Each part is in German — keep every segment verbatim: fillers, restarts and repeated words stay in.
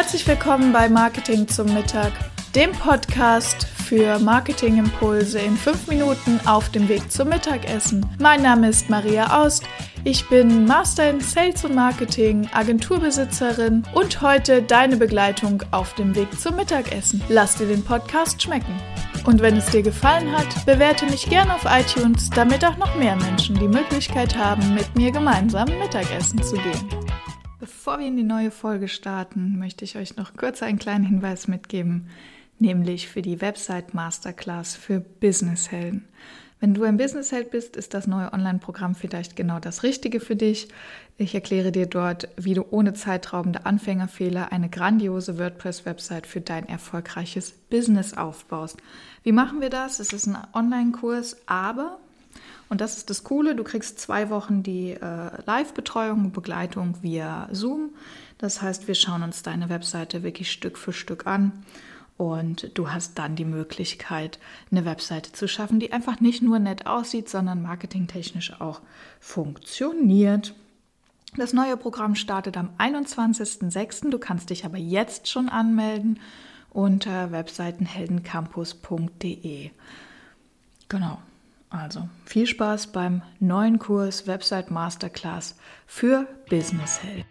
Herzlich willkommen bei Marketing zum Mittag, dem Podcast für Marketingimpulse in fünf Minuten auf dem Weg zum Mittagessen. Mein Name ist Maria Aust, ich bin Master in Sales und Marketing, Agenturbesitzerin und heute deine Begleitung auf dem Weg zum Mittagessen. Lass dir den Podcast schmecken. Und wenn es dir gefallen hat, bewerte mich gerne auf iTunes, damit auch noch mehr Menschen die Möglichkeit haben, mit mir gemeinsam Mittagessen zu gehen. Bevor wir in die neue Folge starten, möchte ich euch noch kurz einen kleinen Hinweis mitgeben, nämlich für die Website Masterclass für Businesshelden. Wenn du ein Businessheld bist, ist das neue Online-Programm vielleicht genau das Richtige für dich. Ich erkläre dir dort, wie du ohne zeitraubende Anfängerfehler eine grandiose WordPress-Website für dein erfolgreiches Business aufbaust. Wie machen wir das? Es ist ein Online-Kurs, aber, und das ist das Coole, du kriegst zwei Wochen die äh, Live-Betreuung und Begleitung via Zoom. Das heißt, wir schauen uns deine Webseite wirklich Stück für Stück an. Und du hast dann die Möglichkeit, eine Webseite zu schaffen, die einfach nicht nur nett aussieht, sondern marketingtechnisch auch funktioniert. Das neue Programm startet am einundzwanzigsten sechsten Du kannst dich aber jetzt schon anmelden unter webseitenheldencampus punkt de. Genau, also viel Spaß beim neuen Kurs Website Masterclass für Businesshelden.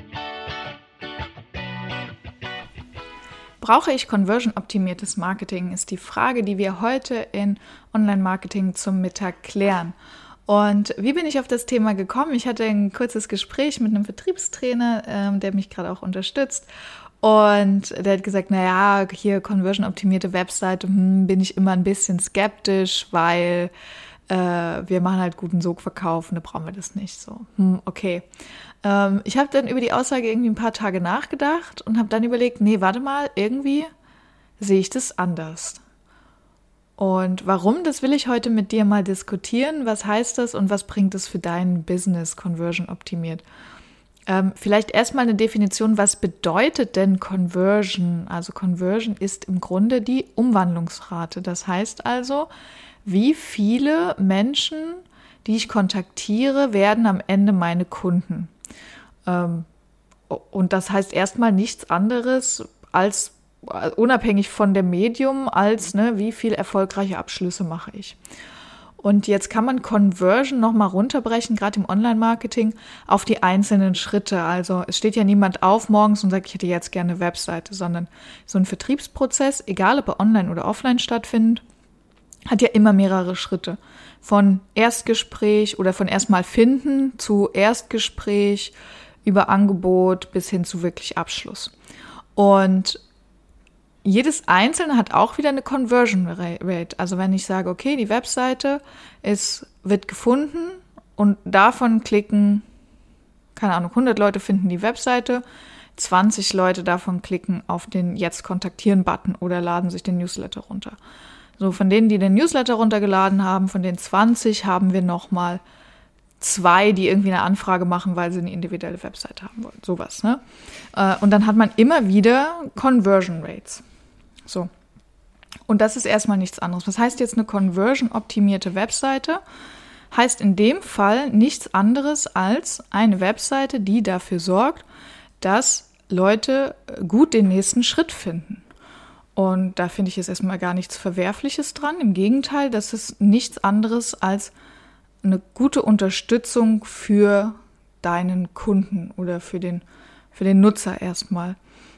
Brauche ich conversion-optimiertes Marketing, ist die Frage, die wir heute in Online-Marketing zum Mittag klären. Und wie bin ich auf das Thema gekommen? Ich hatte ein kurzes Gespräch mit einem Vertriebstrainer, ähm, der mich gerade auch unterstützt. Und der hat gesagt, naja, hier conversion-optimierte Webseite, hm, bin ich immer ein bisschen skeptisch, weil äh, wir machen halt guten Sogverkauf und da brauchen wir das nicht so. Hm, okay. Ähm, ich habe dann über die Aussage irgendwie ein paar Tage nachgedacht und habe dann überlegt, nee, warte mal, irgendwie sehe ich das anders. Und warum, das will ich heute mit dir mal diskutieren. Was heißt das und was bringt es für dein Business Conversion optimiert? Ähm, vielleicht erstmal eine Definition, was bedeutet denn Conversion? Also Conversion ist im Grunde die Umwandlungsrate. Das heißt also, wie viele Menschen, die ich kontaktiere, werden am Ende meine Kunden. Ähm, und das heißt erstmal nichts anderes als, unabhängig von dem Medium, als ne, wie viel erfolgreiche Abschlüsse mache ich. Und jetzt kann man Conversion nochmal runterbrechen, gerade im Online-Marketing, auf die einzelnen Schritte. Also es steht ja niemand auf morgens und sagt, ich hätte jetzt gerne eine Webseite, sondern so ein Vertriebsprozess, egal ob er online oder offline stattfindet, hat ja immer mehrere Schritte. Von Erstgespräch oder von erstmal finden zu Erstgespräch über Angebot bis hin zu wirklich Abschluss. Und jedes Einzelne hat auch wieder eine Conversion Rate. Also wenn ich sage, okay, die Webseite ist, wird gefunden und davon klicken, keine Ahnung, hundert Leute finden die Webseite, zwanzig Leute davon klicken auf den Jetzt kontaktieren-Button oder laden sich den Newsletter runter. So, von denen, die den Newsletter runtergeladen haben, von den zwanzig haben wir nochmal zwei, die irgendwie eine Anfrage machen, weil sie eine individuelle Webseite haben wollen. Sowas, ne? Und dann hat man immer wieder Conversion Rates. So. Und das ist erstmal nichts anderes. Was heißt jetzt eine conversion-optimierte Webseite? Heißt in dem Fall nichts anderes als eine Webseite, die dafür sorgt, dass Leute gut den nächsten Schritt finden. Und da finde ich jetzt erstmal gar nichts Verwerfliches dran. Im Gegenteil, das ist nichts anderes als eine gute Unterstützung für deinen Kunden oder für den, für den Nutzer erstmal.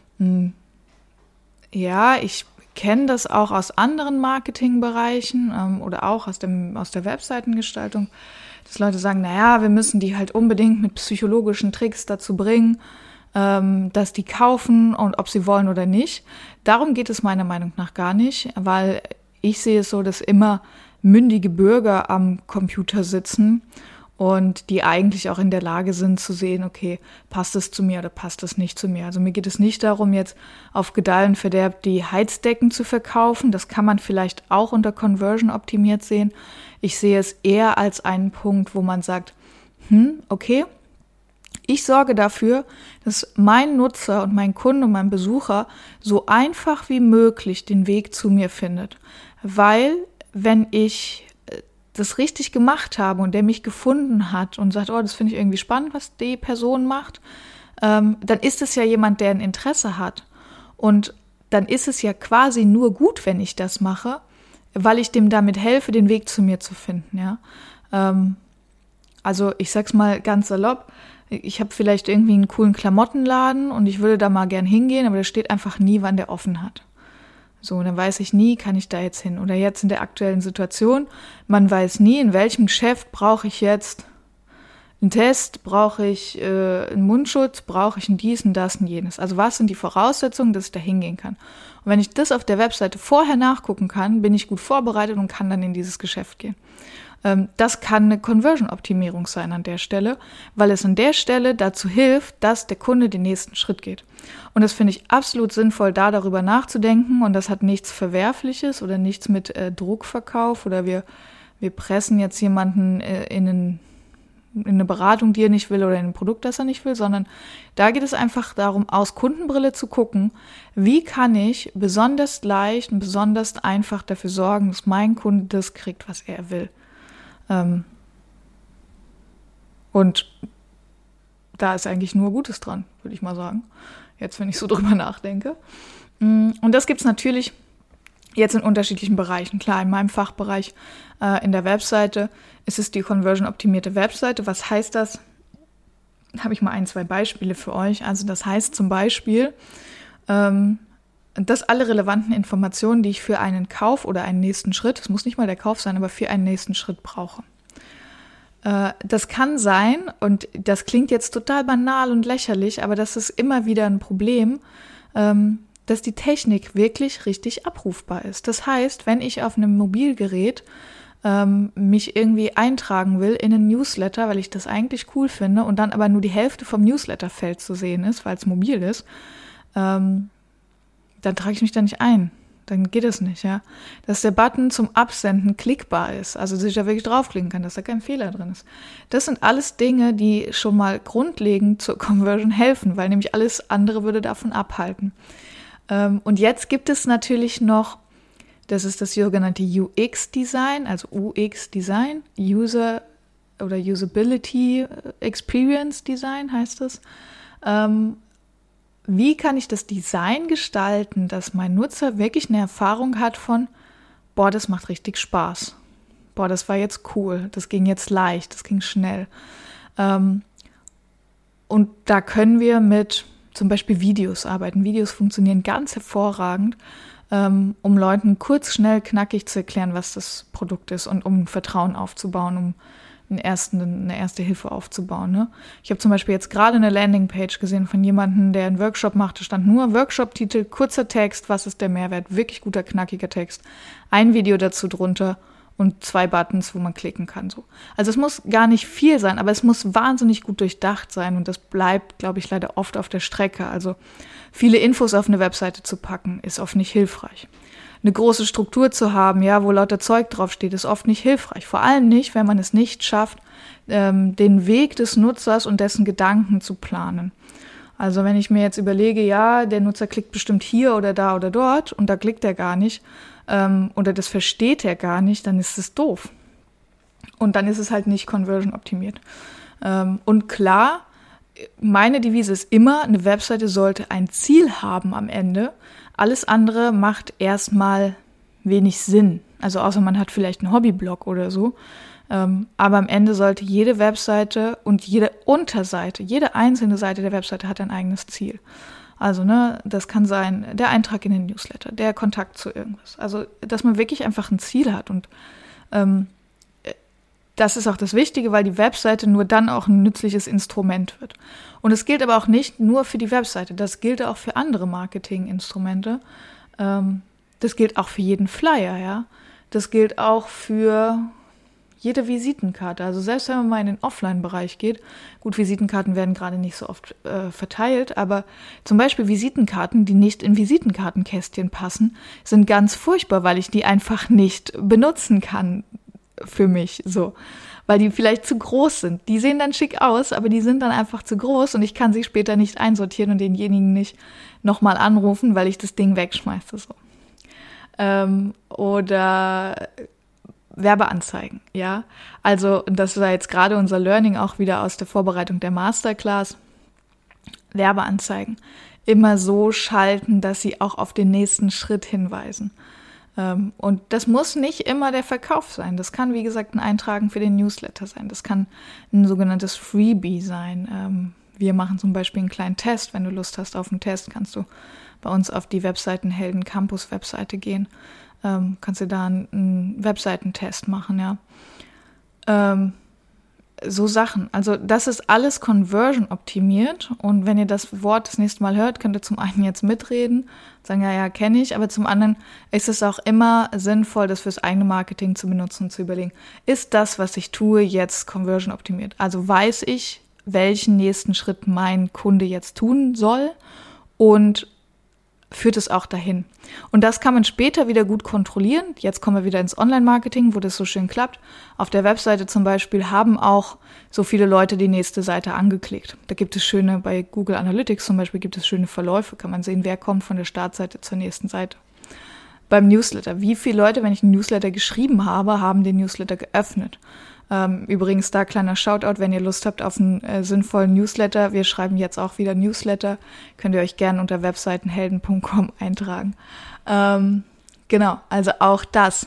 Ja, ich kenne das auch aus anderen Marketingbereichen ähm, oder auch aus, dem, aus der Webseitengestaltung, dass Leute sagen, naja, wir müssen die halt unbedingt mit psychologischen Tricks dazu bringen, ähm, dass die kaufen und ob sie wollen oder nicht. Darum geht es meiner Meinung nach gar nicht, weil ich sehe es so, dass immer mündige Bürger am Computer sitzen und die eigentlich auch in der Lage sind zu sehen, okay, passt es zu mir oder passt es nicht zu mir. Also mir geht es nicht darum, jetzt auf Gedeih und Verderb die Heizdecken zu verkaufen. Das kann man vielleicht auch unter Conversion optimiert sehen. Ich sehe es eher als einen Punkt, wo man sagt, hm, okay, ich sorge dafür, dass mein Nutzer und mein Kunde und mein Besucher so einfach wie möglich den Weg zu mir findet. Weil wenn ich das richtig gemacht habe und der mich gefunden hat und sagt, oh, das finde ich irgendwie spannend, was die Person macht, ähm, dann ist es ja jemand, der ein Interesse hat. Und dann ist es ja quasi nur gut, wenn ich das mache, weil ich dem damit helfe, den Weg zu mir zu finden, ja. Ähm, also ich sag's mal ganz salopp, ich habe vielleicht irgendwie einen coolen Klamottenladen und ich würde da mal gern hingehen, aber da steht einfach nie, wann der offen hat. So, dann weiß ich nie, kann ich da jetzt hin. Oder jetzt in der aktuellen Situation, man weiß nie, in welchem Geschäft brauche ich jetzt einen Test, brauche ich äh, einen Mundschutz, brauche ich ein dies, ein das, ein jenes. Also was sind die Voraussetzungen, dass ich da hingehen kann? Und wenn ich das auf der Webseite vorher nachgucken kann, bin ich gut vorbereitet und kann dann in dieses Geschäft gehen. Ähm, das kann eine Conversion-Optimierung sein an der Stelle, weil es an der Stelle dazu hilft, dass der Kunde den nächsten Schritt geht. Und das finde ich absolut sinnvoll, da darüber nachzudenken. Und das hat nichts Verwerfliches oder nichts mit äh, Druckverkauf oder wir, wir pressen jetzt jemanden äh, in, einen, in eine Beratung, die er nicht will oder in ein Produkt, das er nicht will, sondern da geht es einfach darum, aus Kundenbrille zu gucken, wie kann ich besonders leicht und besonders einfach dafür sorgen, dass mein Kunde das kriegt, was er will. Ähm, und da ist eigentlich nur Gutes dran, würde ich mal sagen. Jetzt, wenn ich so drüber nachdenke. Und das gibt es natürlich jetzt in unterschiedlichen Bereichen. Klar, in meinem Fachbereich, äh, in der Webseite, ist es die conversion-optimierte Webseite. Was heißt das? Habe ich mal ein, zwei Beispiele für euch. Also das heißt zum Beispiel, ähm, dass alle relevanten Informationen, die ich für einen Kauf oder einen nächsten Schritt, es muss nicht mal der Kauf sein, aber für einen nächsten Schritt brauche. Das kann sein, und das klingt jetzt total banal und lächerlich, aber das ist immer wieder ein Problem, dass die Technik wirklich richtig abrufbar ist. Das heißt, wenn ich auf einem Mobilgerät mich irgendwie eintragen will in einen Newsletter, weil ich das eigentlich cool finde und dann aber nur die Hälfte vom Newsletterfeld zu sehen ist, weil es mobil ist, dann trage ich mich da nicht ein. Dann geht es nicht, ja. Dass der Button zum Absenden klickbar ist, also dass ich da wirklich draufklicken kann, dass da kein Fehler drin ist. Das sind alles Dinge, die schon mal grundlegend zur Conversion helfen, weil nämlich alles andere würde davon abhalten. Und jetzt gibt es natürlich noch, das ist das sogenannte U X-Design, also U X-Design, User oder Usability Experience Design heißt es. Wie kann ich das Design gestalten, dass mein Nutzer wirklich eine Erfahrung hat von, boah, das macht richtig Spaß. Boah, das war jetzt cool, das ging jetzt leicht, das ging schnell. Ähm, und da können wir mit zum Beispiel Videos arbeiten. Videos funktionieren ganz hervorragend, ähm, um Leuten kurz, schnell, knackig zu erklären, was das Produkt ist und um Vertrauen aufzubauen, um einen ersten, eine erste Hilfe aufzubauen. Ne? Ich habe zum Beispiel jetzt gerade eine Landingpage gesehen von jemandem, der einen Workshop machte, stand nur Workshop-Titel, kurzer Text, was ist der Mehrwert, wirklich guter, knackiger Text, ein Video dazu drunter und zwei Buttons, wo man klicken kann. So. Also es muss gar nicht viel sein, aber es muss wahnsinnig gut durchdacht sein und das bleibt, glaube ich, leider oft auf der Strecke. Also viele Infos auf eine Webseite zu packen, ist oft nicht hilfreich. Eine große Struktur zu haben, ja, wo lauter Zeug draufsteht, ist oft nicht hilfreich. Vor allem nicht, wenn man es nicht schafft, ähm, den Weg des Nutzers und dessen Gedanken zu planen. Also wenn ich mir jetzt überlege, ja, der Nutzer klickt bestimmt hier oder da oder dort und da klickt er gar nicht ähm, oder das versteht er gar nicht, dann ist es doof. Und dann ist es halt nicht conversion optimiert. Ähm, und klar, meine Devise ist immer, eine Webseite sollte ein Ziel haben am Ende. Alles andere macht erstmal wenig Sinn. Also außer man hat vielleicht einen Hobbyblog oder so. Ähm, aber am Ende sollte jede Webseite und jede Unterseite, jede einzelne Seite der Webseite hat ein eigenes Ziel. Also ne, das kann sein der Eintrag in den Newsletter, der Kontakt zu irgendwas. Also dass man wirklich einfach ein Ziel hat. Und ähm, das ist auch das Wichtige, weil die Webseite nur dann auch ein nützliches Instrument wird. Und es gilt aber auch nicht nur für die Webseite, das gilt auch für andere Marketinginstrumente. Ähm, das gilt auch für jeden Flyer, ja. Das gilt auch für jede Visitenkarte. Also selbst wenn man mal in den Offline-Bereich geht, gut, Visitenkarten werden gerade nicht so oft äh, verteilt, aber zum Beispiel Visitenkarten, die nicht in Visitenkartenkästchen passen, sind ganz furchtbar, weil ich die einfach nicht benutzen kann für mich, so, weil die vielleicht zu groß sind. Die sehen dann schick aus, aber die sind dann einfach zu groß und ich kann sie später nicht einsortieren und denjenigen nicht nochmal anrufen, weil ich das Ding wegschmeiße, so. Ähm, oder Werbeanzeigen, ja. Also, das war jetzt gerade unser Learning auch wieder aus der Vorbereitung der Masterclass. Werbeanzeigen immer so schalten, dass sie auch auf den nächsten Schritt hinweisen. Ähm, und das muss nicht immer der Verkauf sein. Das kann, wie gesagt, ein Eintragen für den Newsletter sein. Das kann ein sogenanntes Freebie sein. Ähm, wir machen zum Beispiel einen kleinen Test. Wenn du Lust hast auf einen Test, kannst du bei uns auf die Webseitenhelden Campus Webseite gehen. Ähm, kannst du da einen, einen Webseitentest machen, ja. Ähm, so Sachen. Also das ist alles Conversion optimiert, und wenn ihr das Wort das nächste Mal hört, könnt ihr zum einen jetzt mitreden, sagen, ja, ja, kenne ich, aber zum anderen ist es auch immer sinnvoll, das fürs eigene Marketing zu benutzen und zu überlegen, ist das, was ich tue, jetzt Conversion optimiert? Also weiß ich, welchen nächsten Schritt mein Kunde jetzt tun soll, und führt es auch dahin. Und das kann man später wieder gut kontrollieren. Jetzt kommen wir wieder ins Online-Marketing, wo das so schön klappt. Auf der Webseite zum Beispiel haben auch so viele Leute die nächste Seite angeklickt. Da gibt es schöne, bei Google Analytics zum Beispiel gibt es schöne Verläufe, kann man sehen, wer kommt von der Startseite zur nächsten Seite. Beim Newsletter, wie viele Leute, wenn ich einen Newsletter geschrieben habe, haben den Newsletter geöffnet. Ähm, übrigens da kleiner Shoutout, wenn ihr Lust habt auf einen äh, sinnvollen Newsletter. Wir schreiben jetzt auch wieder Newsletter. Könnt ihr euch gerne unter webseitenhelden punkt com eintragen. Ähm, genau, also auch das.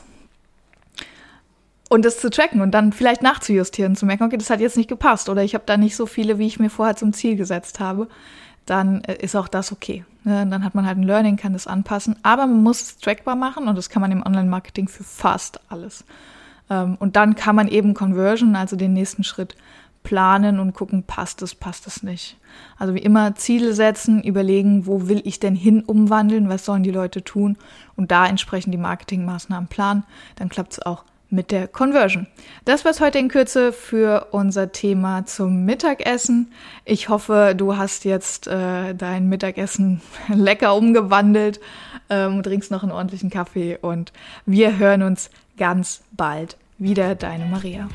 Und das zu tracken und dann vielleicht nachzujustieren, zu merken, okay, das hat jetzt nicht gepasst oder ich habe da nicht so viele, wie ich mir vorher zum Ziel gesetzt habe. Dann äh, ist auch das okay. Ne? Dann hat man halt ein Learning, kann das anpassen. Aber man muss es trackbar machen, und das kann man im Online-Marketing für fast alles. Und dann kann man eben Conversion, also den nächsten Schritt, planen und gucken, passt es, passt es nicht. Also wie immer Ziele setzen, überlegen, wo will ich denn hin umwandeln, was sollen die Leute tun, und da entsprechend die Marketingmaßnahmen planen. Dann klappt es auch mit der Conversion. Das war's heute in Kürze für unser Thema zum Mittagessen. Ich hoffe, du hast jetzt äh, dein Mittagessen lecker umgewandelt ähm, und trinkst noch einen ordentlichen Kaffee, und wir hören uns ganz bald wieder. Deine Maria.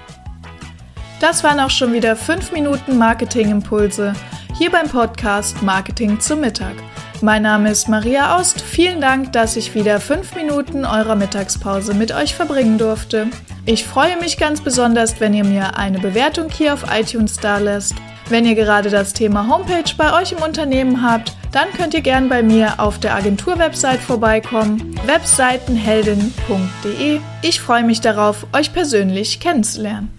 Das waren auch schon wieder fünf Minuten Marketingimpulse hier beim Podcast Marketing zum Mittag. Mein Name ist Maria Aust. Vielen Dank, dass ich wieder fünf Minuten eurer Mittagspause mit euch verbringen durfte. Ich freue mich ganz besonders, wenn ihr mir eine Bewertung hier auf iTunes dalässt. Wenn ihr gerade das Thema Homepage bei euch im Unternehmen habt, dann könnt ihr gern bei mir auf der Agentur-Website vorbeikommen, webseitenhelden punkt de. Ich freue mich darauf, euch persönlich kennenzulernen.